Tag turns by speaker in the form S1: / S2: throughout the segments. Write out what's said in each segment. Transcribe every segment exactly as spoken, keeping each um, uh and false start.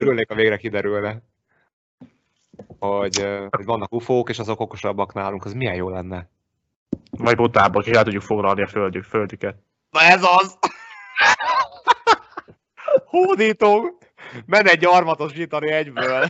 S1: Örülnék, ha végre kiderülne, hogy, hogy vannak ufók, és azok okosabbak nálunk. Az milyen jó lenne.
S2: Vagy butábbak, és el tudjuk foglalni a földjük, földüket.
S1: Na ez az! Hódítunk! Menne egy gyarmatosítani egyből.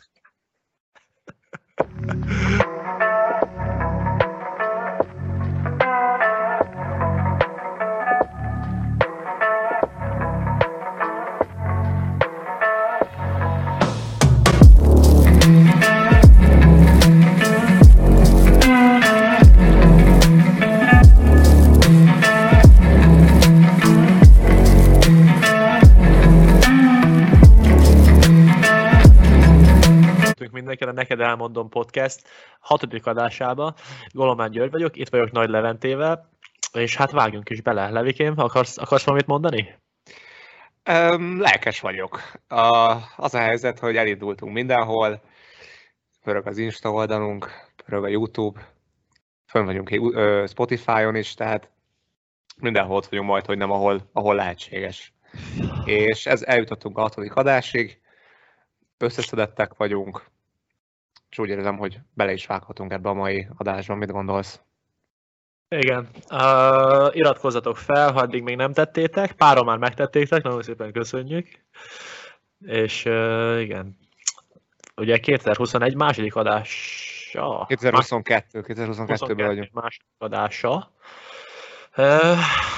S2: Mindenki a Neked Elmondom podcast hatodik adásába. Golomán György vagyok, itt vagyok Nagy Leventével, és hát vágjunk is bele. Levikém, akarsz, akarsz valamit mondani?
S1: Um, lelkes vagyok. A, az a helyzet, hogy elindultunk mindenhol, pörög az Insta oldalunk, pörög a YouTube, fönn vagyunk Spotify-on is, tehát mindenhol ott vagyunk majd, hogy nem ahol, ahol lehetséges. És ez eljutottunk a hatodik adásig, összeszedettek vagyunk, és úgy érzem, hogy bele is vághatunk ebbe a mai adásban. Mit gondolsz?
S2: Igen. Uh, iratkozzatok fel, ha eddig még nem tettétek. Páron már megtettétek, nagyon szépen köszönjük. És uh, igen. Ugye kétezer-huszonegy második adása.
S1: kétezer-huszonkettő, kétezer-huszonkettőben vagyunk.
S2: Második adása. Uh,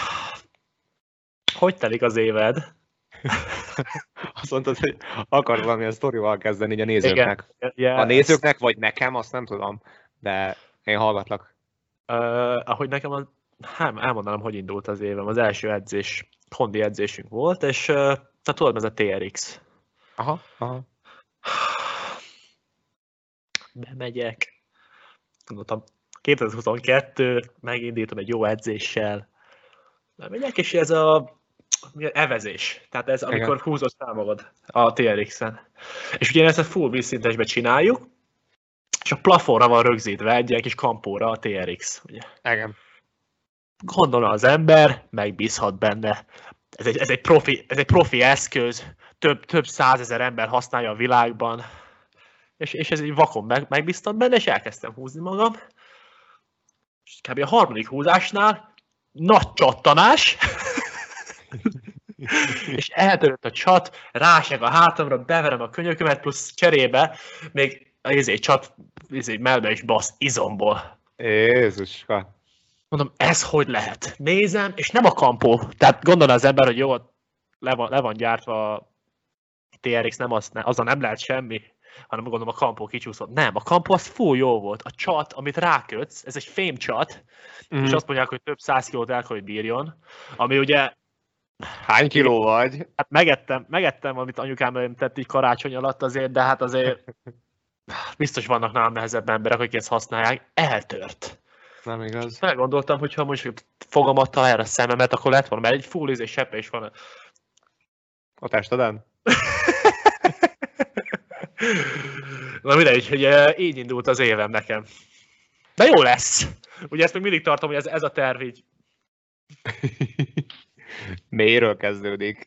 S2: hogy telik az éved?
S1: Azt mondtad, hogy akarsz valamilyen sztorival kezdeni így a nézőknek.
S2: Igen.
S1: A nézőknek, vagy nekem, azt nem tudom, de én hallgatlak.
S2: Uh, ahogy nekem az, hát elmondanám, hogy indult az évem. Az első edzés, hondi edzésünk volt, és uh, tehát tudod, ez a té er iksz.
S1: Aha, aha.
S2: Bemegyek. Gondoltam, kétezer-huszonkettő, megindítom egy jó edzéssel. Bemegyek, és ez a evezés. Tehát ez, amikor igen, húzod fel magad a té er iksz-en. És ugye ezt a full vízszintesbe csináljuk, és a plafonra van rögzítve egy ilyen kis kampóra a té er iksz. Ugye.
S1: Igen.
S2: Gondolom az ember, megbízhat benne. Ez egy, ez egy, profi, ez egy profi eszköz, több, több százezer ember használja a világban. És, és ez egy vakon meg, megbíztam benne, és elkezdtem húzni magam. És kb. A harmadik húzásnál nagy csattanás, és eltörött a csat, ráseg a hátamra, beverem a könyökömet, plusz cserébe még egy csat izé, melbe is basz izomból.
S1: Jézuska.
S2: Mondom, ez hogy lehet? Nézem, és nem a kampó. Tehát gondolna az ember, hogy jó, le van, le van gyártva a té er iksz, nem az, azzal nem lehet semmi, hanem gondolom a kampó kicsúszott. Nem, a kampó az full jó volt. A csat, amit rákötsz, ez egy fém csat, mm. és azt mondják, hogy több száz kilót el kell, hogy bírjon, ami ugye...
S1: Hány kiló vagy?
S2: Hát megettem, megettem, amit anyukám tett így karácsony alatt azért, de hát azért biztos vannak nálam nehezebb emberek, akik ezt használják. Eltört.
S1: Nem igaz.
S2: Meggondoltam, hogy ha most fogamat találja a szememet, akkor lett volna, mert egy full izé seppe is van.
S1: A testeden?
S2: Na mindegy, hogy így indult az évem nekem. De jó lesz. Ugye ezt még mindig tartom, hogy ez, ez a terv így.
S1: Mélyről kezdődik.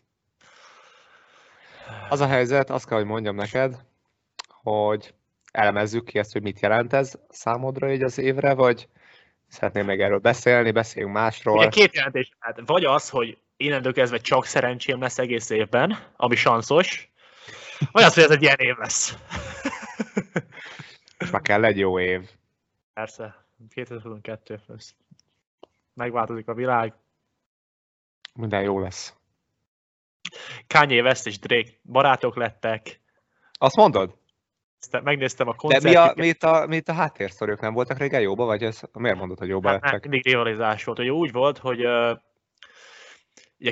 S1: Az a helyzet, azt kell, hogy mondjam neked, hogy elemezzük ki ezt, hogy mit jelent ez számodra így az évre, vagy szeretném még erről beszélni, beszéljünk másról.
S2: Ugye két jelentés, hát vagy az, hogy innentől kezdve csak szerencsém lesz egész évben, ami sanszos, vagy az, hogy ez egy ilyen év lesz.
S1: És már kell egy jó év.
S2: Persze, kétezer-huszonkettő megváltozik a világ.
S1: Minden jó lesz.
S2: Kanye West és Drake barátok lettek.
S1: Azt mondod?
S2: Megnéztem a koncertjüket.
S1: De mi, a, mi, itt a, mi itt a háttérsztoriok nem voltak régen jóba, vagy ez, miért mondod, hogy jóba
S2: hát,
S1: lettek?
S2: Mindig rivalizás volt. Ugye úgy volt, hogy uh, ugye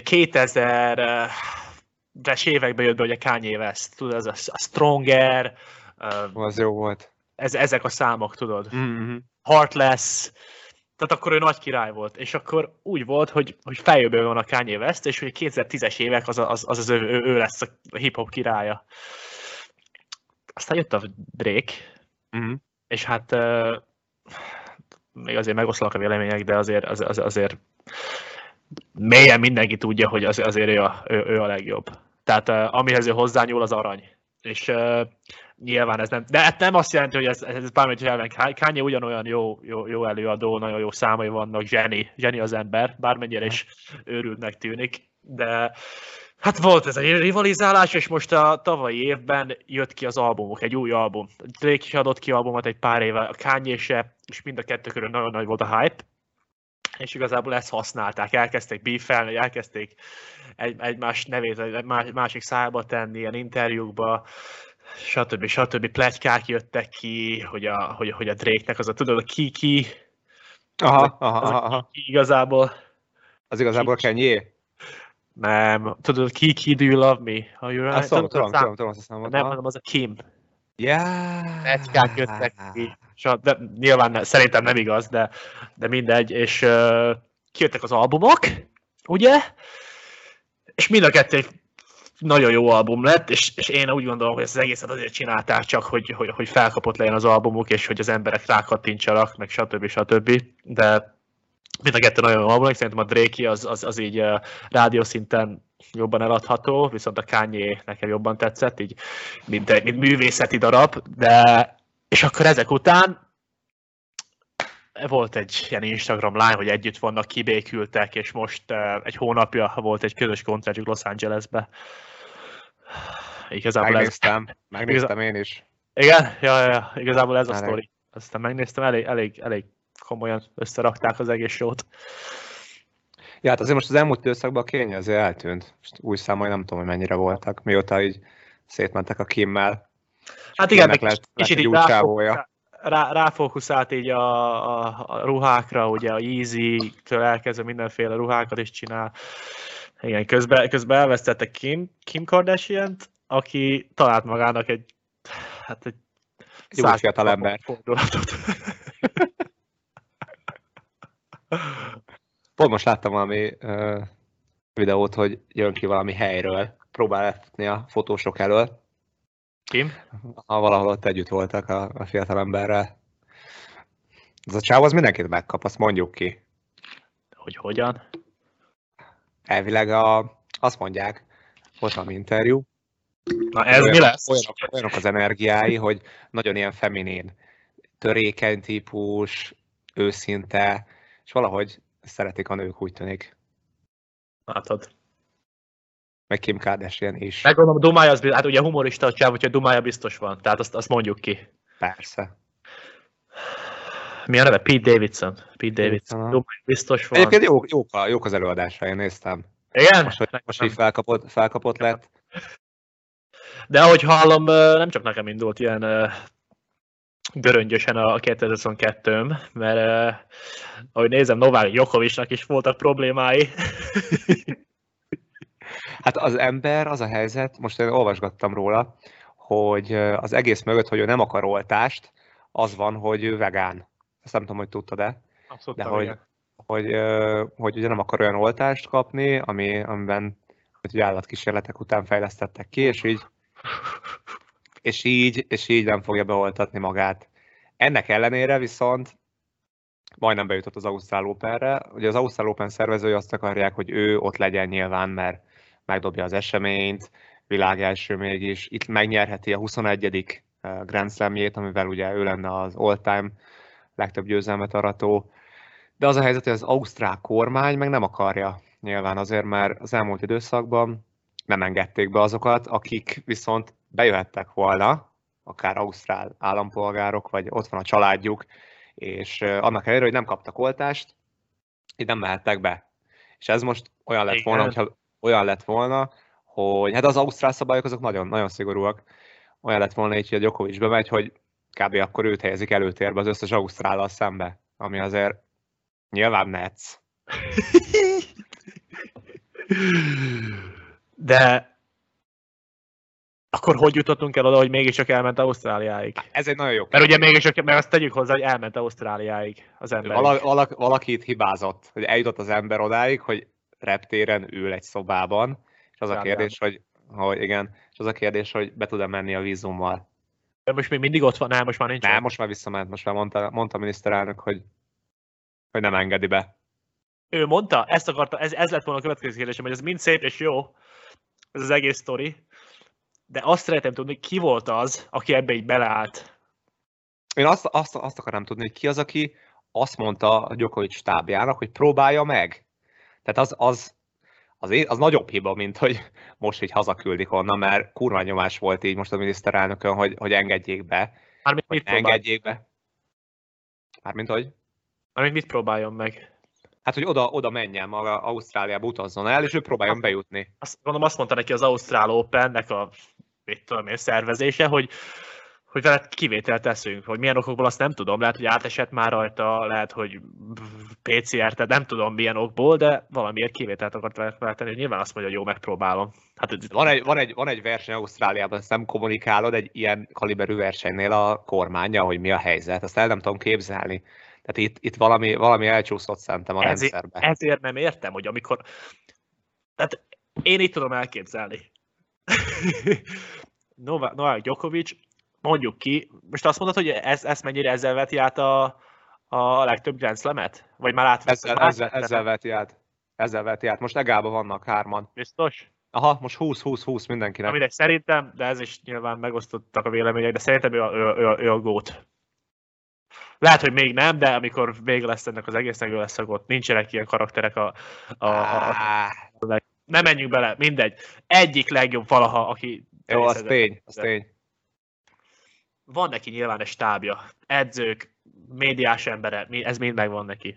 S2: kétezres években jött be ugye Kanye West, tudod, ez a, a Stronger.
S1: Uh, az jó volt.
S2: Ez, ezek a számok, tudod.
S1: Mm-hmm.
S2: Heartless. Tehát akkor ő nagy király volt, és akkor úgy volt, hogy, hogy feljövő van a Kanye West, és hogy kétezer-tízes évek az az, az, az ő, ő lesz a hip-hop királya. Aztán jött a Drake,
S1: mm-hmm.
S2: és hát uh, még azért megoszlanak a vélemények, de azért, az, az, azért mélyen mindenki tudja, hogy az, azért ő a, ő, ő a legjobb. Tehát uh, amihez ő hozzányúl, az arany. és uh, nyilván ez nem, de hát nem azt jelenti, hogy ez, ez bármit elven. Kanye ugyanolyan jó, jó, jó előadó, nagyon jó számai vannak, zseni, zseni az ember, bármennyire is őrültnek tűnik, de hát volt ez a rivalizálás, és most a tavalyi évben jött ki az albumok, egy új album. Drake is adott ki albumot egy pár éve, a Kanye se, és mind a kettő körül nagyon nagy volt a hype, és igazából ezt használták, elkezdték beefelni, elkezdték egy, egymás nevét egy másik szájba tenni, ilyen interjúkba, stb. stb. Pletykák jöttek ki, hogy a, hogy, hogy a Drake-nek az a, tudod, a Kiki,
S1: aha,
S2: az,
S1: aha,
S2: az
S1: aha.
S2: a Kiki igazából.
S1: Az igazából Kanye?
S2: Nem, tudod, Kiki, do you love me? Are you right?
S1: Azt tudom, tudom, tudom, tudom, azt hiszem.
S2: Nem, hanem az a Kim.
S1: Yeah.
S2: Pletykák jöttek ki, de nyilván ne, szerintem nem igaz, de, de mindegy, és uh, kijöttek az albumok, ugye? És mind a kettő egy nagyon jó album lett, és, és én úgy gondolom, hogy ezt az egészet azért csinálták csak, hogy, hogy, hogy felkapott legyen az albumuk, és hogy az emberek rákattintsanak, meg stb. stb. De mind a kettő nagyon jó album, szerintem a Drake az, az, az így uh, rádiószinten jobban eladható, viszont a Kanye nekem jobban tetszett, így mint, egy, mint művészeti darab, de és akkor ezek után volt egy ilyen Instagram live, hogy együtt vannak, kibékültek, és most uh, egy hónapja volt egy közös koncertjük Los Angelesbe. Igazából
S1: megnéztem,
S2: ez...
S1: megnéztem én is.
S2: Igen? Ja, ja, ja. Igazából ez a sztori. Aztán megnéztem, elég, elég, elég komolyan összerakták az egész sót.
S1: Ja, hát azért most az elmúlt időszakban a Kanye azért eltűnt. Most új számai nem tudom, hogy mennyire voltak, mióta így szétmentek a Kimmel.
S2: Hát igen, meg
S1: lett,
S2: kicsit így ráfókuszált, rá, ráfókuszált így a, a, a ruhákra, ugye a Yeezy-től elkezdve mindenféle ruhákat is csinál. Igen, közben, közben elvesztette Kim, Kim Kardashian-t, aki talált magának egy, hát egy,
S1: egy új fiatal ember.
S2: Fordulatot.
S1: Pont most láttam valami uh, videót, hogy jön ki valami helyről, próbál elfutni a fotósok elől.
S2: Kim?
S1: Ha valahol ott együtt voltak a, a fiatal emberrel. Ez a csáv az mindenkit megkap, azt mondjuk ki.
S2: Hogy hogyan?
S1: Elvileg a, azt mondják, volt valami interjú.
S2: Na ez mi lesz?
S1: Olyanok, olyanok az energiái, hogy nagyon ilyen feminin, törékeny típus, őszinte, és valahogy szeretik a nők, úgy tűnik.
S2: Látod.
S1: Meg Kim Kardashian is.
S2: Megmondom, a dumája az, hát ugye humorista a csáv, hogyha dumája biztos van, tehát azt, azt mondjuk ki.
S1: Persze.
S2: Mi a neve? Pete Davidson. Pete Davidson. Dumája biztos van.
S1: Egyébként jók, jók, jók az előadásra, én néztem.
S2: Igen?
S1: Most, hogy most így felkapott, felkapott lett.
S2: De ahogy hallom, nem csak nekem indult ilyen göröngyösen a kétezer-huszonkettőm, mert ahogy nézem, Novák Djokovicnak is voltak problémái.
S1: Hát az ember, az a helyzet, most én olvasgattam róla, hogy az egész mögött, hogy ő nem akar oltást, az van, hogy ő vegán. Ezt nem tudom, hogy tudtad-e.
S2: Abszolút,
S1: de hogy, hogy, hogy ugye nem akar olyan oltást kapni, ami, amiben hogy állatkísérletek után fejlesztettek ki, és így, és így, és így nem fogja beoltatni magát. Ennek ellenére viszont majdnem bejutott az Ausztrál Openre. Ugye az Ausztrál Open szervezői azt akarják, hogy ő ott legyen nyilván, mert megdobja az eseményt, világ első mégis. Itt megnyerheti a huszonegyedik Grand Slamjét, amivel ugye ő lenne az all-time legtöbb győzelmet arató. De az a helyzet, hogy az ausztrál kormány meg nem akarja nyilván azért, mert az elmúlt időszakban nem engedték be azokat, akik viszont bejöhettek volna, akár ausztrál állampolgárok, vagy ott van a családjuk, és annak ellenére, hogy nem kaptak oltást, így nem mehettek be. És ez most olyan lett volna, hogyha olyan lett volna, hogy hát az ausztrál szabályok azok nagyon, nagyon szigorúak. Olyan lett volna így, hogy a Djokovic bemegy, hogy kb. Akkor őt helyezik előtérbe az összes ausztrállal szembe, ami azért nyilván netsz.
S2: De akkor hogy jutottunk el oda, hogy mégiscsak elment Ausztráliáig?
S1: Ez egy nagyon jó
S2: kérdés. Mert ugye mégiscsak, mert azt tegyük hozzá, hogy elment Ausztráliáig az ember.
S1: Vala, vala, valaki itt hibázott, hogy eljutott az ember odáig, hogy reptéren ül egy szobában, és az a kérdés, hogy, hogy igen, és az a kérdés, hogy be tud-e menni a vízummal.
S2: De most még mindig ott van? Nem, most már nincs.
S1: Nem, most már visszament, most már mondta, mondta a miniszterelnök, hogy, hogy nem engedi be.
S2: Ő mondta? Ezt akarta, ez, ez lett volna a következő kérdésem, hogy ez mind szép és jó, ez az egész sztori, de azt szeretném tudni, ki volt az, aki ebbe így beleállt.
S1: Én azt, azt, azt akarom tudni, hogy ki az, aki azt mondta a Djokovic stábjának, hogy próbálja meg. Tehát az, az, az, az nagyobb hiba, mint hogy most így hazaküldik onnan, mert kurva nyomás volt így most a miniszterelnökön, hogy, hogy engedjék be.
S2: Mármint mit
S1: engedjék be. Mármint hogy?
S2: Mármint mit próbáljon meg?
S1: Hát, hogy oda, oda menjen, maga Ausztráliába utazzon el, és ő próbáljon azt, bejutni.
S2: Azt, gondolom azt mondta neki az Ausztrál Opennek a mit tudom én, szervezése, hogy hogy veled kivételt teszünk, hogy milyen okokból azt nem tudom, lehet, hogy átesett már rajta, lehet, hogy pé cé er, tehát nem tudom milyen okból, de valamiért kivételt akart vele tenni, hogy nyilván azt mondja, hogy jó, megpróbálom. Hát,
S1: van, egy, van, egy, van egy verseny Ausztráliában, ezt nem kommunikálod egy ilyen kaliberű versenynél a kormánya, hogy mi a helyzet, azt el nem tudom képzelni. Tehát itt, itt valami, valami elcsúszott szerintem a
S2: ezért,
S1: rendszerbe.
S2: Ezért nem értem, hogy amikor... Tehát én itt tudom elképzelni. Novák, Novák Djokovic, mondjuk ki, most azt mondod, hogy ez, ez mennyire ezzel veti át a, a legtöbb Grand Slamet? Vagy már átvett?
S1: Ezzel, ezzel, ezzel veti át. Ezzel veti át. Most egálban vannak hárman.
S2: Biztos?
S1: Aha, most húsz húsz húsz mindenkinek.
S2: Aminek szerintem, de ez is nyilván megosztottak a vélemények, de szerintem ő a, ő, ő, ő a gót. Lehet, hogy még nem, de amikor vége lesz ennek az egésznek, ő lesz a gót. Nincsenek ilyen karakterek a... a, a, a, a nem menjünk bele, mindegy. Egyik legjobb valaha, aki...
S1: Jó, az tény, az tény.
S2: Van neki nyilván egy stábja, edzők, médiás embere, ez mind megvan neki.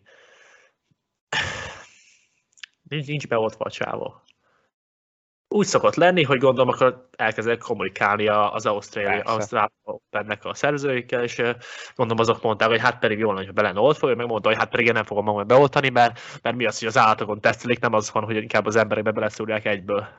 S2: Nincs, nincs beoltva a csávó. Úgy szokott lenni, hogy gondolom, akkor elkezdek kommunikálni az Ausztrál Opennek a szerzőikkel, és gondolom azok mondták, hogy hát pedig jól lenne, hogy be lenne oltva, ő megmondta, hogy hát pedig én nem fogom magam beoltani, mert, mert mi az, hogy az állatokon tesztelik, nem az van, hogy inkább az emberekbe beleszúrják egyből.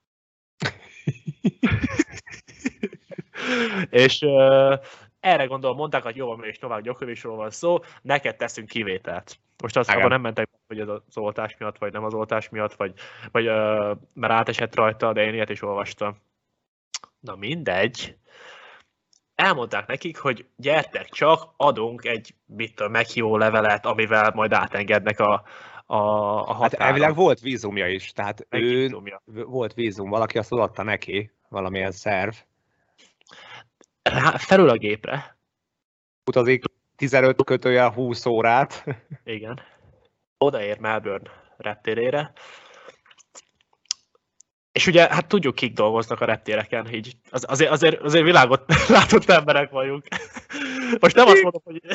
S2: És uh, erre gondolom mondták, hogy jó, és Novák Djokovicról van szó, neked teszünk kivételt. Most azt abban nem mentek, hogy ez az oltás miatt, vagy nem az oltás miatt, vagy, vagy uh, mert átesett rajta, de én ilyet is olvastam. Na mindegy. Elmondták nekik, hogy gyertek csak, adunk egy mit tudom, meghívó levelet, amivel majd átengednek a, a, a határon.
S1: Hát elvileg volt vízumja is, tehát
S2: Egy
S1: ő
S2: vízumja.
S1: Volt vízum, valaki azt adta neki, valamilyen szerv.
S2: Felül a gépre.
S1: Utazik tizenöt kötőjel húsz órát.
S2: Igen. Odaér Melbourne reptérére. És ugye, hát tudjuk, kik dolgoznak a reptéreken, így az, azért, azért, azért világot látott emberek vagyunk. Most nem azt mondom, hogy...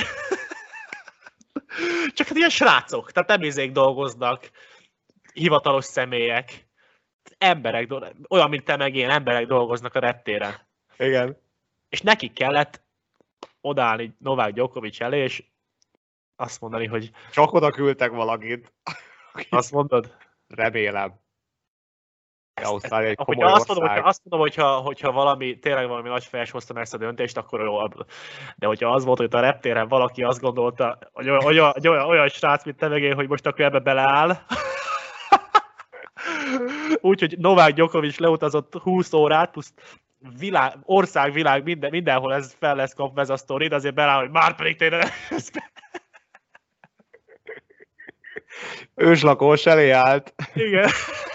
S2: Csak hát ilyen srácok, tehát nem izék dolgoznak, hivatalos személyek, emberek, olyan, mint te meg én, emberek dolgoznak a reptéren.
S1: Igen.
S2: És nekik kellett odállni Novák Djokovic elé, és azt mondani, hogy...
S1: Csak oda küldtek valakit.
S2: Azt mondod?
S1: Remélem. Ausztrália egy
S2: komoly
S1: komoly
S2: azt
S1: ország.
S2: mondom, hogyha, azt mondom, hogyha, hogyha valami, tényleg valami nagy fejes hozta meg ezt a döntést, akkor jó. De hogyha az volt, hogy a reptéren valaki azt gondolta, hogy olyan, olyan, olyan, olyan srác, mint te meg én, hogy most akkor ebbe beleáll. Úgyhogy Novák Djokovic leutazott húsz órát, plusz világ, ország, világ, minden, mindenhol ez fel lesz kapva ez a sztori, de azért beláll, hogy már pedig tényleg...
S1: Őslakós elé állt.
S2: Igen.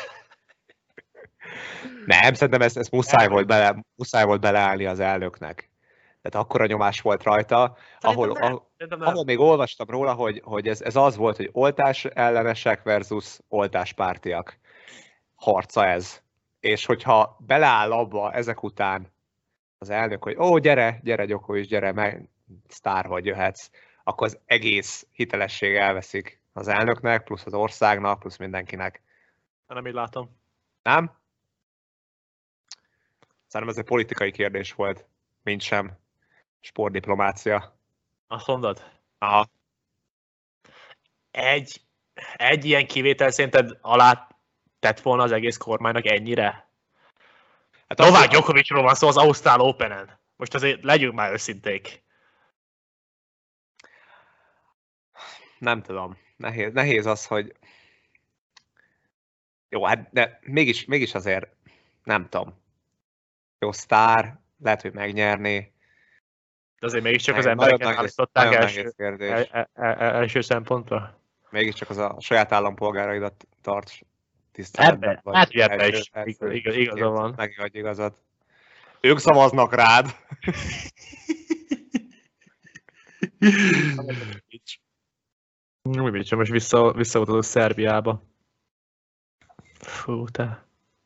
S1: Nem, szerintem ezt, ezt muszáj, volt bele, muszáj volt beleállni az elnöknek. Tehát akkora nyomás volt rajta, ahol, ahol, ahol még olvastam róla, hogy, hogy ez, ez az volt, hogy oltás ellenesek versus oltáspártiak harca ez. És hogyha beleáll abba ezek után az elnök, hogy ó, gyere, gyere Djokovic, gyere, meg sztár vagy, jöhetsz, akkor az egész hitelesség elveszik az elnöknek, plusz az országnak, plusz mindenkinek.
S2: Nem így látom.
S1: Nem? Szerintem ez egy politikai kérdés volt, mint sem sportdiplomácia.
S2: Azt mondod?
S1: Aha.
S2: Egy, egy ilyen kivétel szerinted alá tett volna az egész kormánynak ennyire? Hát Novák Djokovicról van szó az Ausztrál Openen. Most azért legyünk már őszinték.
S1: Nem tudom. Nehéz, nehéz az, hogy... Jó, hát de mégis, mégis azért nem tudom. Jó sztár, lehet, hogy megnyerni.
S2: De azért mégiscsak az embereket állították első, el, el, el, első szempontra.
S1: Mégiscsak az a saját állampolgáraidat tarts tiszteletben.
S2: Hát, hogy ebben is igaz, igaza van.
S1: Megadj igazad. Ők szavaznak rád.
S2: Úgy most vissza, visszautazok Szerbiába. Fú, te.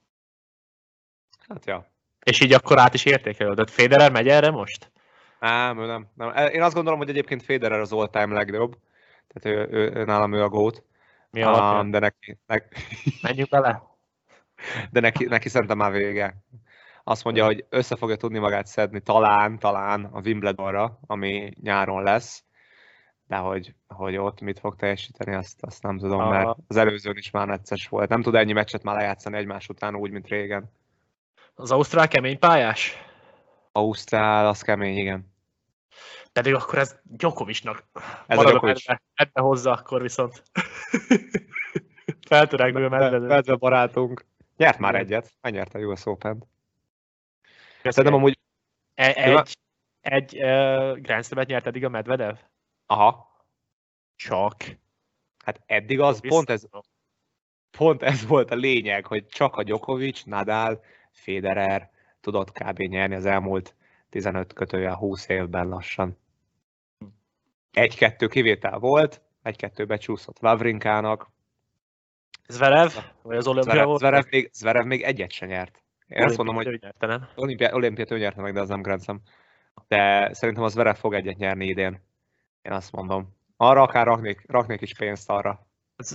S1: Hát ja.
S2: És így akkor át is értékelődött. Tehát Federer megy erre most?
S1: Nem, ő nem, nem. Én azt gondolom, hogy egyébként Federer az all-time legjobb. Tehát ő, ő, ő, nálam ő a gót.
S2: Mi alapján?
S1: Um, de neki, neki,
S2: Menjünk bele?
S1: de neki, neki szerintem már vége. Azt mondja, hogy össze fogja tudni magát szedni talán, talán a Wimbledonra, ami nyáron lesz. De hogy, hogy ott mit fog teljesíteni, azt, azt nem tudom, mert az előzőn is már necces volt. Nem tud ennyi meccset már lejátszani egymás után úgy, mint régen.
S2: Az ausztrál kemény pályás?
S1: Ausztrál, az kemény, igen.
S2: Pedig akkor ez Djokovicnak.
S1: Ez a Djokovic.
S2: Medve hozza, akkor viszont feltörekvő medve.
S1: Medve barátunk. Nyert már
S2: igen.
S1: egyet. Megnyerte a u es Open-t. Szerintem amúgy...
S2: Egy, egy, egy uh, Grand Slam-et nyert eddig a Medvedev?
S1: Aha.
S2: Csak.
S1: Hát eddig az, pont ez, pont ez volt a lényeg, hogy csak a Djokovic, Nadal, Federer tudott kb. Nyerni az elmúlt tizenöt kötőjel húsz évben lassan. Egy-kettő kivétel volt, egy-kettő becsúszott Wawrinkának.
S2: Zverev? Vagy az olimpia
S1: Zverev,
S2: volt?
S1: Zverev, még, Zverev még egyet se nyert. Én azt mondom, hogy
S2: ő nyerte, nem?
S1: Olimpiát, olimpiát ő nyerte meg, de az nem Grand Slam. De szerintem az Zverev fog egyet nyerni idén. Én azt mondom. Arra akár raknék, raknék is pénzt arra.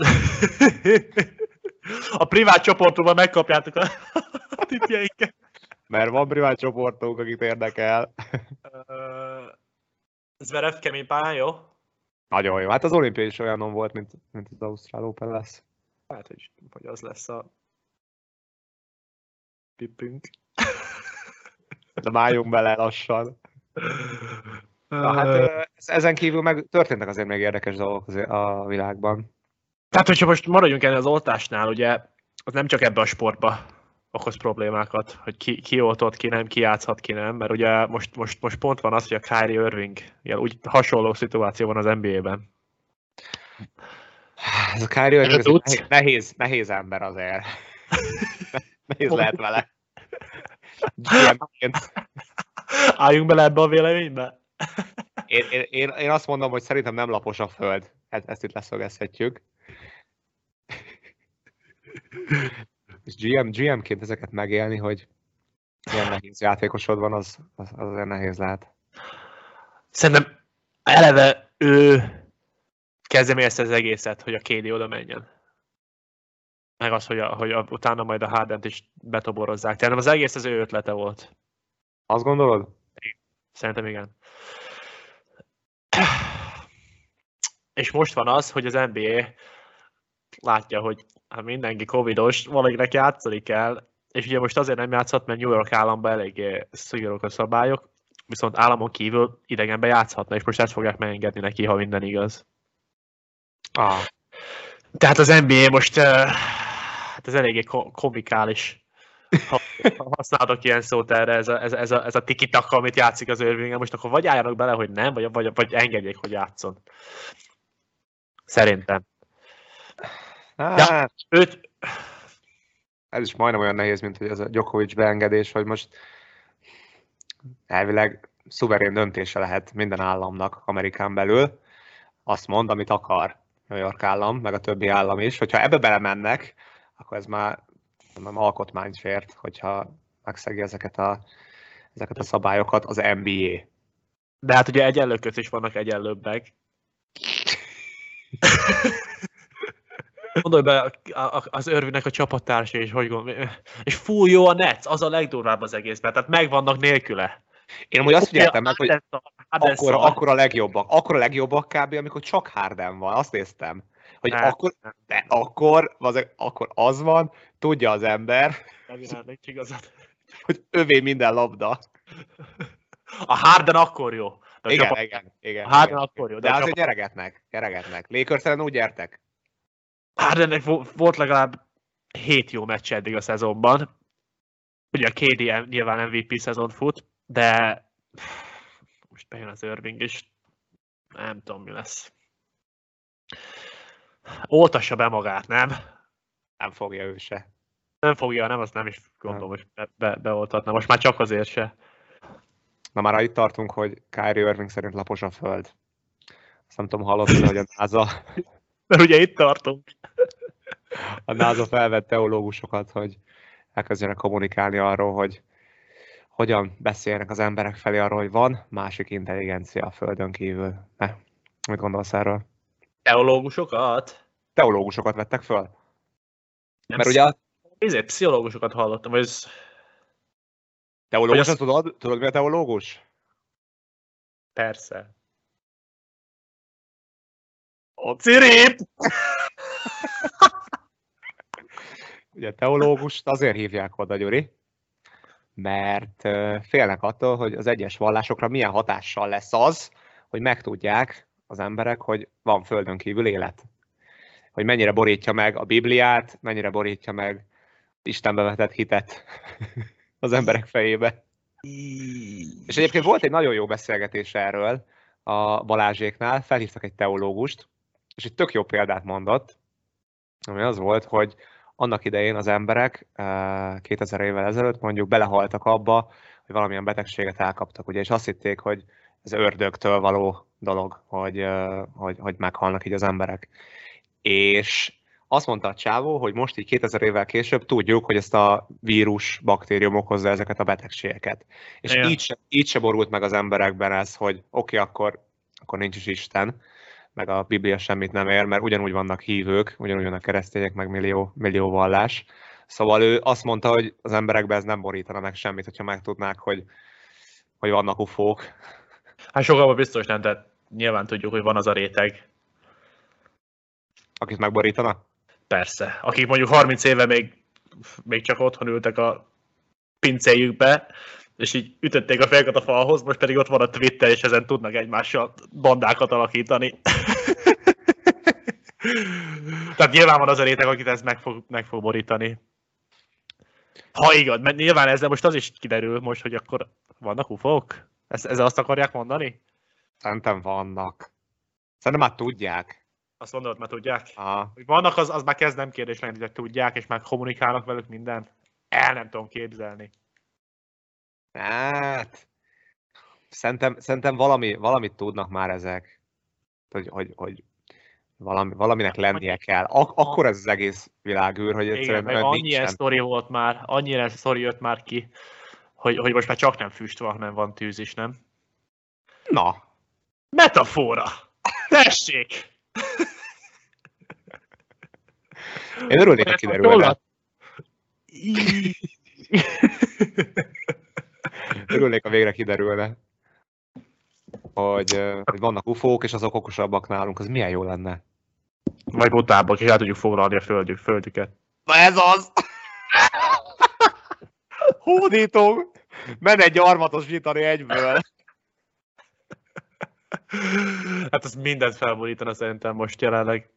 S2: A privát csoportunkban megkapjátok a, a tippjeinket.
S1: Mert van privát csoportunk, akit érdekel.
S2: Uh, Zverev kemény pályán, jó?
S1: Nagyon jó. Hát az olimpia is olyanon volt, mint, mint az Ausztrál Open lesz.
S2: Hát, hogy, hogy az lesz a tippünk.
S1: De álljunk bele lassan. Na, hát ezen kívül meg történtek azért még érdekes dolgok a világban.
S2: Tehát, hogyha most maradjunk ennél az oltásnál, ugye az nem csak ebbe a sportba okoz problémákat, hogy ki, ki oltott, ki nem, ki játszhat, ki nem, mert ugye most, most, most pont van az, hogy a Kyrie Irving, ilyen úgy hasonló szituáció van az en bé á-ben.
S1: Ez a Kyrie Irving nehéz, nehéz, nehéz ember azért. Nehéz lehet vele. gé em-ként.
S2: Álljunk bele ebbe a véleménybe?
S1: Én, én, én, én azt mondom, hogy szerintem nem lapos a föld. Ezt, ezt itt leszögezhetjük. És gé em, gé em-ként ezeket megélni, hogy milyen nehéz játékosod van, az, az, az azért nehéz lehet.
S2: Szerintem eleve ő kezdeményezte az egészet, hogy a ká dé oda menjen. Meg az, hogy, a, hogy a, utána majd a Hardent is betoborozzák. Tehát az egész az ő ötlete volt.
S1: Azt gondolod?
S2: Szerintem igen. És most van az, hogy az en bé á látja, hogy hát mindenki covidos, valakinek játszani kell, és ugye most azért nem játszhat, mert New York államban eléggé szigorúak a szabályok, viszont államon kívül idegenben játszhatna, és most ezt fogják megengedni neki, ha minden igaz.
S1: Ah.
S2: Tehát az en bé á most uh, hát ez eléggé komikális, ha, ha használok ilyen szót erre, ez a, ez a, ez a, ez a tiki-taka, amit játszik az Irving-en, most akkor vagy álljanak bele, hogy nem, vagy, vagy, vagy engedjék, hogy játszon. Szerintem.
S1: Hát,
S2: őt...
S1: ez is majdnem olyan nehéz, mint hogy ez a Djokovic beengedés, hogy most elvileg szuverén döntése lehet minden államnak Amerikán belül. Azt mond, amit akar New York állam, meg a többi állam is. Hogyha ebbe belemennek, akkor ez már nem alkotmányt fért, hogyha megszegi ezeket a, ezeket a szabályokat az en bé á.
S2: De hát ugye egyenlők között is vannak egyenlőbbek. Gondolj be az Irvingnek a csapattársai, és hogy gondol, és full jó a Nets, az a legdurvább az egészben, tehát megvannak nélküle.
S1: Én amúgy azt figyeltem meg, hogy akkor, akkor a legjobbak, akkor a legjobbak kb. Amikor csak Harden van, azt néztem. Hogy hát, akkor, de akkor, az, akkor az van, tudja az ember, hogy övé minden labda.
S2: A Harden akkor jó.
S1: De igen, csapat... igen, igen.
S2: A Harden
S1: igen.
S2: akkor jó.
S1: De, de azért csapat... nyeregetnek, nyeregetnek. Lakers-en úgy nyertek.
S2: Hardennek volt legalább hét jó meccs eddig a szezonban. Ugye a ká dé nyilván em vé pé szezon fut, de most bejön az Irving is. Nem tudom, mi lesz. Oltassa be magát, nem?
S1: Nem fogja ő se.
S2: Nem fogja, nem, azt nem is gondolom, hogy be, be, beoltatna. Most már csak azért se.
S1: Na már itt tartunk, hogy Kyrie Irving szerint lapos a föld. Azt nem tudom, hallottad, hogy a NASA...
S2: Mert ugye itt tartunk.
S1: A NASA felvett teológusokat, hogy elkezdjenek kommunikálni arról, hogy hogyan beszélnek az emberek felé arról, hogy van másik intelligencia a Földön kívül. Ne? Mit gondolsz erről?
S2: Teológusokat?
S1: Teológusokat vettek föl?
S2: Nem,
S1: Mert ugye...
S2: Ezért pszichológusokat hallottam, vagy ez...
S1: Teológus,
S2: azt...
S1: tudod? Tudod, mi a teológus?
S2: Persze. A cirip!
S1: Ugye teológust azért hívják oda, Gyuri, mert félnek attól, hogy az egyes vallásokra milyen hatással lesz az, hogy megtudják az emberek, hogy van Földön kívül élet. Hogy mennyire borítja meg a Bibliát, mennyire borítja meg Istenbe vetett hitet az emberek fejébe. És egyébként volt egy nagyon jó beszélgetés erről a Balázséknál, felhívtak egy teológust, és egy tök jó példát mondott, ami az volt, hogy annak idején az emberek kétezer évvel ezelőtt mondjuk belehaltak abba, hogy valamilyen betegséget elkaptak, ugye, és azt hitték, hogy ez ördögtől való dolog, hogy, hogy, hogy meghalnak így az emberek. És azt mondta a csávó, hogy most így kétezer évvel később tudjuk, hogy ezt a vírus, baktérium okozza ezeket a betegségeket. És
S2: Igen.
S1: így se, így se borult meg az emberekben ez, hogy oké, okay, akkor, akkor nincs is Isten, meg a Biblia semmit nem ér, mert ugyanúgy vannak hívők, ugyanúgy vannak keresztények, meg millió, millió vallás. Szóval ő azt mondta, hogy az emberekben ez nem borítana meg semmit, hogyha megtudnák, hogy, hogy vannak ufók.
S2: Hát sokkal biztos nem, tehát nyilván tudjuk, hogy van az a réteg.
S1: Akit megborítana?
S2: Persze. Akik mondjuk harminc éve még, még csak otthon ültek a pincéjükbe, és így ütötték a fejüket a falhoz, most pedig ott van a Twitter, és ezen tudnak egymással bandákat alakítani. Tehát nyilván van az a réteg, akit ez meg fog, meg fog borítani. Ha igaz, mert nyilván ezzel most az is kiderül most, hogy akkor vannak ufók? Ezt, ezzel azt akarják mondani?
S1: Szerintem vannak. Szerintem már tudják.
S2: Azt mondod, már tudják?
S1: Aha.
S2: Hogy vannak, az, az már kezd nem kérdés lenni, hogy tudják, és már kommunikálnak velük minden. El nem tudom képzelni.
S1: Hát, szerintem, szerintem valami, valamit tudnak már ezek, hogy, hogy, hogy valami, valaminek lennie kell. Ak- akkor ez az egész világűr, hogy egyszerűen
S2: Igen, meg annyi ilyen
S1: nincsen.
S2: sztori volt már, annyi ilyen sztori jött már ki, hogy, hogy most már csak nem füst van, hanem van tűz is, nem?
S1: Na.
S2: Metafora! Tessék!
S1: Én örülnék, ha kiderülne. Örülnék, ha végre kiderülne, hogy, hogy vannak ufók, és azok okosabbak nálunk. Az milyen jó lenne.
S2: Vagy butábbak, és el tudjuk foglalni a földjük, földjüket.
S1: Na ez az! Hódítom! Menne egy gyarmatosítani egyből.
S2: Hát az mindent felborítana szerintem most jelenleg.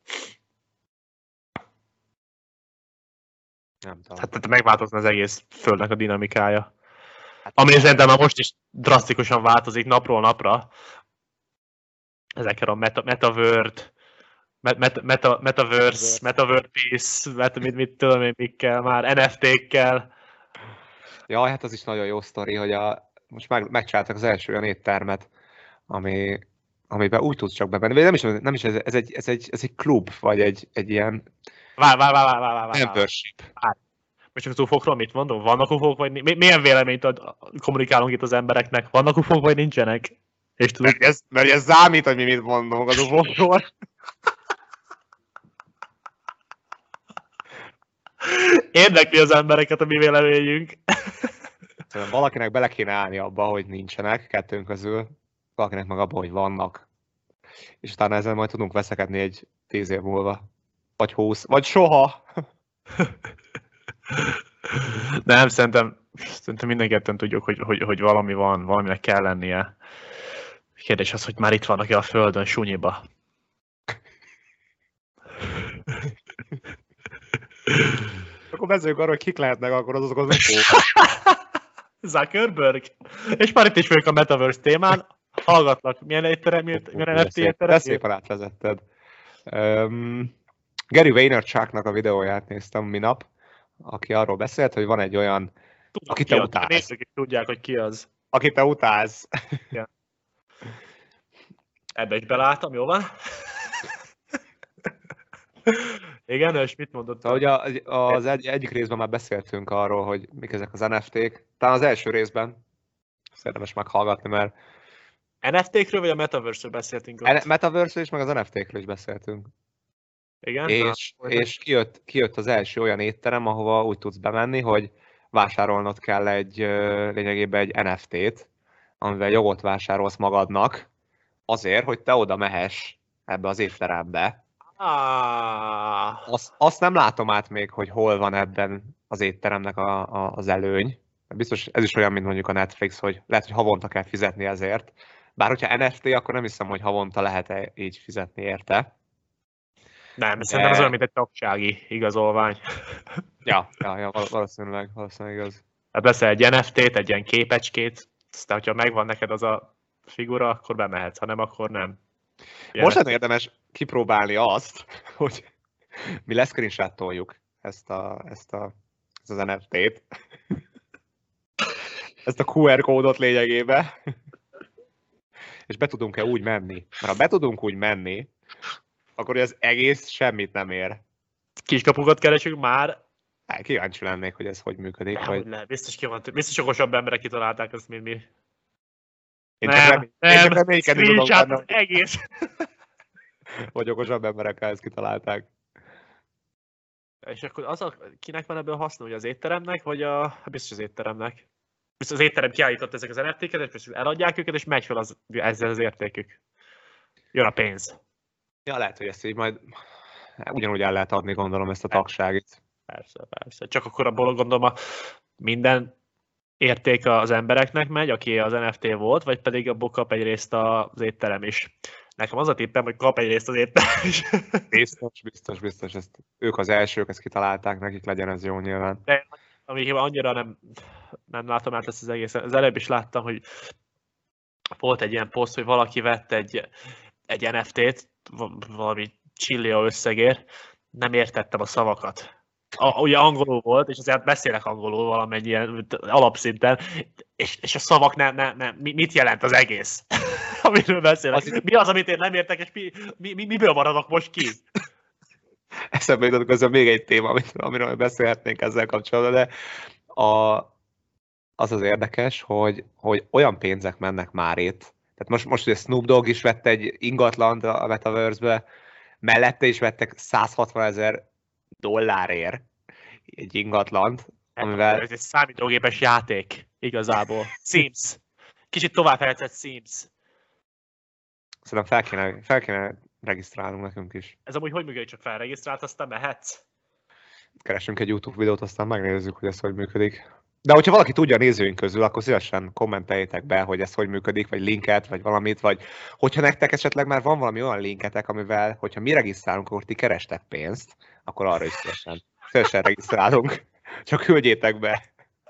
S1: Nem tudom.
S2: Hát, hát megváltozna az egész földnek a dinamikája. Ami szerintem már most is drasztikusan változik napról napra. Ezekkel a meta, metaverse, meta, meta, metaverse, metaverse piece, meta, mit, mit tudom én mikkel már, en ef té-kkel.
S1: Jaj, hát az is nagyon jó sztori, hogy a, most meg, megcsináltak az első olyan éttermet, ami, amiben úgy tudsz csak bemenni. Nem is, nem is ez, ez, egy, ez, egy, ez egy klub, vagy egy, egy ilyen
S2: Vár, vár, vár, vár, vár, vár.
S1: membership.
S2: Most csak az ufókról mit mondom? Vannak ufók, vagy mi, milyen véleményt ad, kommunikálunk itt az embereknek? Vannak ufók, vagy nincsenek? És tudod,
S1: Mert ez, mert ez számít, hogy mi mit mondunk az ufókról.
S2: érdekli az embereket a mi véleményünk.
S1: Szerintem valakinek bele kéne állni abba, hogy nincsenek kettőnk közül, valakinek meg abba, hogy vannak. És utána ezzel majd tudunk veszekedni egy tíz év múlva. Vagy húsz, vagy soha.
S2: Nem, szerintem, szerintem mindenketten tudjuk, hogy, hogy, hogy valami van, valaminek kell lennie. Kérdés az, hogy már itt vannak-e a Földön, sunyiba.
S1: Akkor beszéljünk arról, hogy kik lehetnek akkor azok az ufók.
S2: Zuckerberg. És már itt is vagyok a Metaverse témán. Hallgatlak. Milyen étterem, milyen en ef té étterem?
S1: De szépen átvezetted. Um, Gary Vaynerchuknak a videóját néztem minap, aki arról beszélt, hogy van egy olyan,
S2: Tudom,
S1: akit
S2: ki
S1: te
S2: az.
S1: utálsz.
S2: Nézzük, tudják, hogy ki az.
S1: Akit te utálsz.
S2: Ja. Ebbe is belálltam, jó van? Igen, és mit mondott?
S1: Szóval ugye az egy, egyik részben már beszéltünk arról, hogy mik ezek az en ef té-k. Talán az első részben érdemes meghallgatni, mert
S2: en ef té-kről vagy a Metaverse-ről beszéltünk ott?
S1: Metaverse-ről is, meg az en ef té-kről is beszéltünk.
S2: Igen?
S1: És, Na, és kijött, kijött az első olyan étterem, ahova úgy tudsz bemenni, hogy vásárolnod kell egy lényegében egy en ef té-t, amivel jogot vásárolsz magadnak, azért, hogy te oda mehess ebbe az étterembe.
S2: Ah.
S1: Azt, azt nem látom át még, hogy hol van ebben az étteremnek a, a, az előny. Biztos ez is olyan, mint mondjuk a Netflix, hogy lehet, hogy havonta kell fizetni ezért. Bár hogyha en ef té, akkor nem hiszem, hogy havonta lehet így fizetni érte.
S2: Nem, de... szerintem ez olyan, mint egy tagsági igazolvány.
S1: Ja, ja, ja valószínűleg, valószínűleg igaz.
S2: Hát veszel egy en ef té-t, egy ilyen képecskét, aztán, hogyha megvan neked az a figura, akkor bemehetsz, ha nem, akkor nem.
S1: Ilyen Most lenne érdemes kipróbálni azt, hogy mi leszcreenshotoljuk ezt, a, ezt, a, ezt az en ef té-t. Ezt a kú er kódot lényegében. És be tudunk-e úgy menni? Mert ha be tudunk úgy menni, akkor az egész semmit nem ér.
S2: Kiskapukat keresünk már.
S1: Hát, kíváncsi lennék, hogy ez hogy működik.
S2: Nem,
S1: hogy...
S2: le, biztos, ki van, biztos okosabb emberek kitalálták ezt, mint mi.
S1: Én
S2: nem,
S1: csak remé...
S2: nem,
S1: reménykedni tudom benne,
S2: egész.
S1: Vagy okosabb emberek ezt kitalálták.
S2: És akkor az a, kinek van ebből haszna, hogy az étteremnek, vagy a, biztos az étteremnek. Biztos az étterem kiállított ezek az en ef té-ket, és eladják őket, és megy fel az, ezzel az értékük. Jön a pénz.
S1: Ja, lehet, hogy ezt így majd ugyanúgy el lehet adni, gondolom, ezt a tagságit.
S2: Persze, persze. Csak akkor abból gondolom, a minden érték az embereknek megy, aki az en ef té volt, vagy pedig abból kap egy részt az étterem is. Nekem az a tippem, hogy kap egy részt az étterem is.
S1: Biztos, biztos, biztos. Ezt, ők az elsők, ezt kitalálták, nekik legyen ez jó nyilván.
S2: De ami annyira nem, nem látom át ezt az egészet. Az előbb is láttam, hogy volt egy ilyen poszt, hogy valaki vett egy, egy en ef té-t, valami csillió összegér, nem értettem a szavakat. A, ugye angolul volt, és azért beszélek angolul valamennyien alapszinten, és, és a szavak nem, nem, nem, mit jelent az egész, amiről beszélek? Az, mi az, amit én nem értek, és mi, mi, mi, miből maradok most ki?
S1: Eszembe jutott közben még egy téma, amiről beszélhetnénk ezzel kapcsolatban, de a, az az érdekes, hogy, hogy olyan pénzek mennek már itt. Tehát most, most ugye Snoop Dogg is vett egy ingatlant a Metaverse-be, mellette is vettek száz hatvan ezer dollárért egy ingatlant, amivel...
S2: Ez egy számítógépes játék, igazából. Sims. Kicsit továbbfejlesztett Sims.
S1: Szerintem fel kéne, fel kéne regisztrálnunk nekünk is.
S2: Ez amúgy hogy működik, csak felregisztrált, aztán mehetsz?
S1: Keresünk egy YouTube videót, aztán megnézzük, hogy ez hogy működik. De hogyha valaki tudja a nézőink közül, akkor szívesen kommenteljétek be, hogy ez hogy működik, vagy linket, vagy valamit, vagy hogyha nektek esetleg már van valami olyan linketek, amivel, hogyha mi regisztrálunk, akkor ti kerestek pénzt, akkor arra is szívesen, szívesen regisztrálunk. Csak küldjétek be.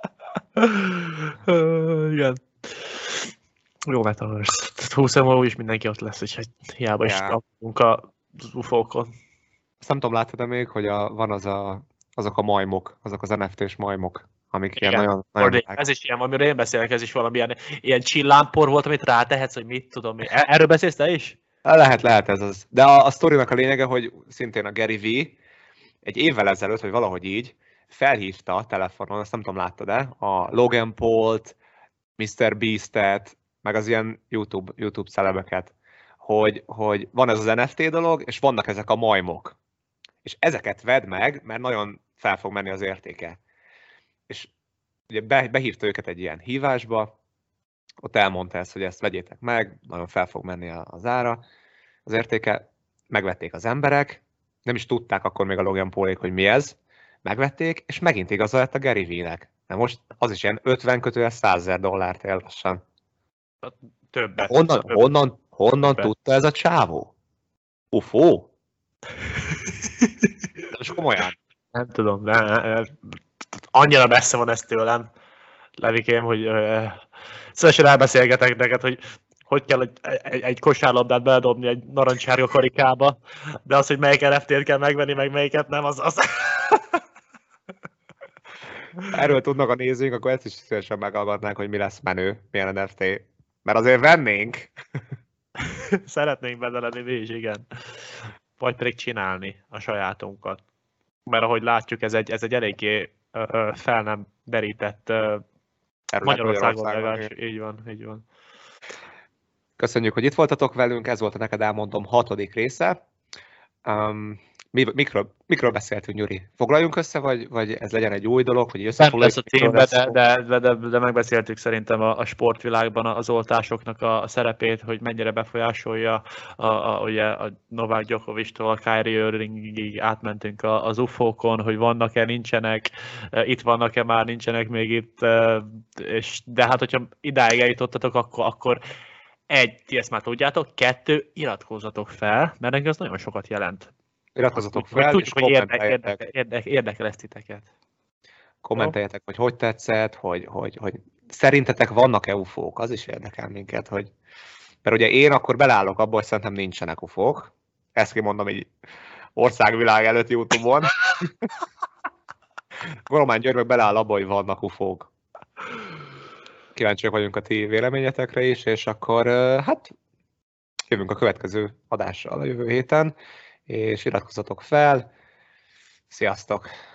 S2: Igen. Jó Metaverse. húsz év múlva is mindenki ott lesz, úgyhogy hiába is kapunk a ufókon.
S1: Azt nem tudom, láttad-e még, hogy a, van az a, azok a majmok, azok az en ef té-s majmok, amik igen, ilyen nagyon... nagyon
S2: ez is ilyen, amiről én beszélek, ez is valamilyen ilyen csillámpor volt, amit rátehetsz, hogy mit tudom én. Erről beszélsz te is?
S1: Lehet, lehet ez az. De a, a sztorinak a lényege, hogy szintén a Gary V egy évvel ezelőtt, vagy valahogy így, felhívta a telefonon, azt nem tudom, láttad-e, a Logan Paul-t, miszter Beast-et, meg az ilyen YouTube, YouTube celebeket, hogy, hogy van ez az en ef té dolog, és vannak ezek a majmok. És ezeket vedd meg, mert nagyon fel fog menni az értéke. És ugye be, behívta őket egy ilyen hívásba, ott elmondta ezt, hogy ezt vegyétek meg, nagyon fel fog menni az ára, az értéke, megvették az emberek, nem is tudták akkor még a Logan Paulék, hogy mi ez, megvették, és megint igaza lett a Gary V-nek. De most az is ilyen ötven kötően százezer dollárt él lassan.
S2: Többet.
S1: Honnan,
S2: többet.
S1: honnan, honnan többet. Tudta ez a csávó? Ufó? De most komolyan.
S2: Nem tudom, de, de, annyira messze van ez tőlem, Levikém, hogy uh, szívesen elbeszélgetek neked, hogy hogy kell egy, egy, egy kosárlabdát beledobni egy narancsárga karikába, de az, hogy melyik en ef té-t kell megvenni, meg melyiket nem, az az...
S1: erről tudnak a nézőink, akkor ezt is szívesen meghallgatnánk, hogy mi lesz menő, milyen en ef té. Mert azért vennénk.
S2: Szeretnénk benne lenni mi is, igen. Vagy pedig csinálni a sajátunkat. Mert ahogy látjuk, ez egy, ez egy eléggé ö, fel nem derített ö, Magyarországon legalábbis. Így van, így van.
S1: Köszönjük, hogy itt voltatok velünk, ez volt a Neked Elmondom hatodik része. Um, mi, mikről, mikről beszéltünk, Gyuri? Foglaljunk össze, vagy, vagy ez legyen egy új dolog, hogy összefoglaljuk?
S2: Nem lesz a címbe, de, de, de, de megbeszéltük szerintem a, a sportvilágban az oltásoknak a, a szerepét, hogy mennyire befolyásolja a, a, ugye a Novák Djokovictól a Kyrie Irvingig átmentünk a, az ufókon, hogy vannak-e, nincsenek, itt vannak-e, már nincsenek még itt, és, de hát hogyha idáig eljutottatok, akkor, akkor egy, ti ezt már tudjátok, kettő, iratkozzatok fel, mert engem az nagyon sokat jelent.
S1: Iratkozzatok fel,
S2: tudjuk, hogy érdekel, érdekel, érdekel, érdekel ezt titeket.
S1: Kommenteljetek, hogy hogy tetszett, hogy, hogy, hogy szerintetek vannak-e ufók, az is érdekel minket, hogy... Mert ugye én akkor belállok abba, hogy szerintem nincsenek ufók. Ezt kimondom így országvilág előtt YouTube-on. Goromán György meg beláll abba, hogy vannak ufók. Kíváncsiak vagyunk a ti véleményetekre is, és akkor hát jövünk a következő adással a jövő héten, és iratkozzatok fel. Sziasztok!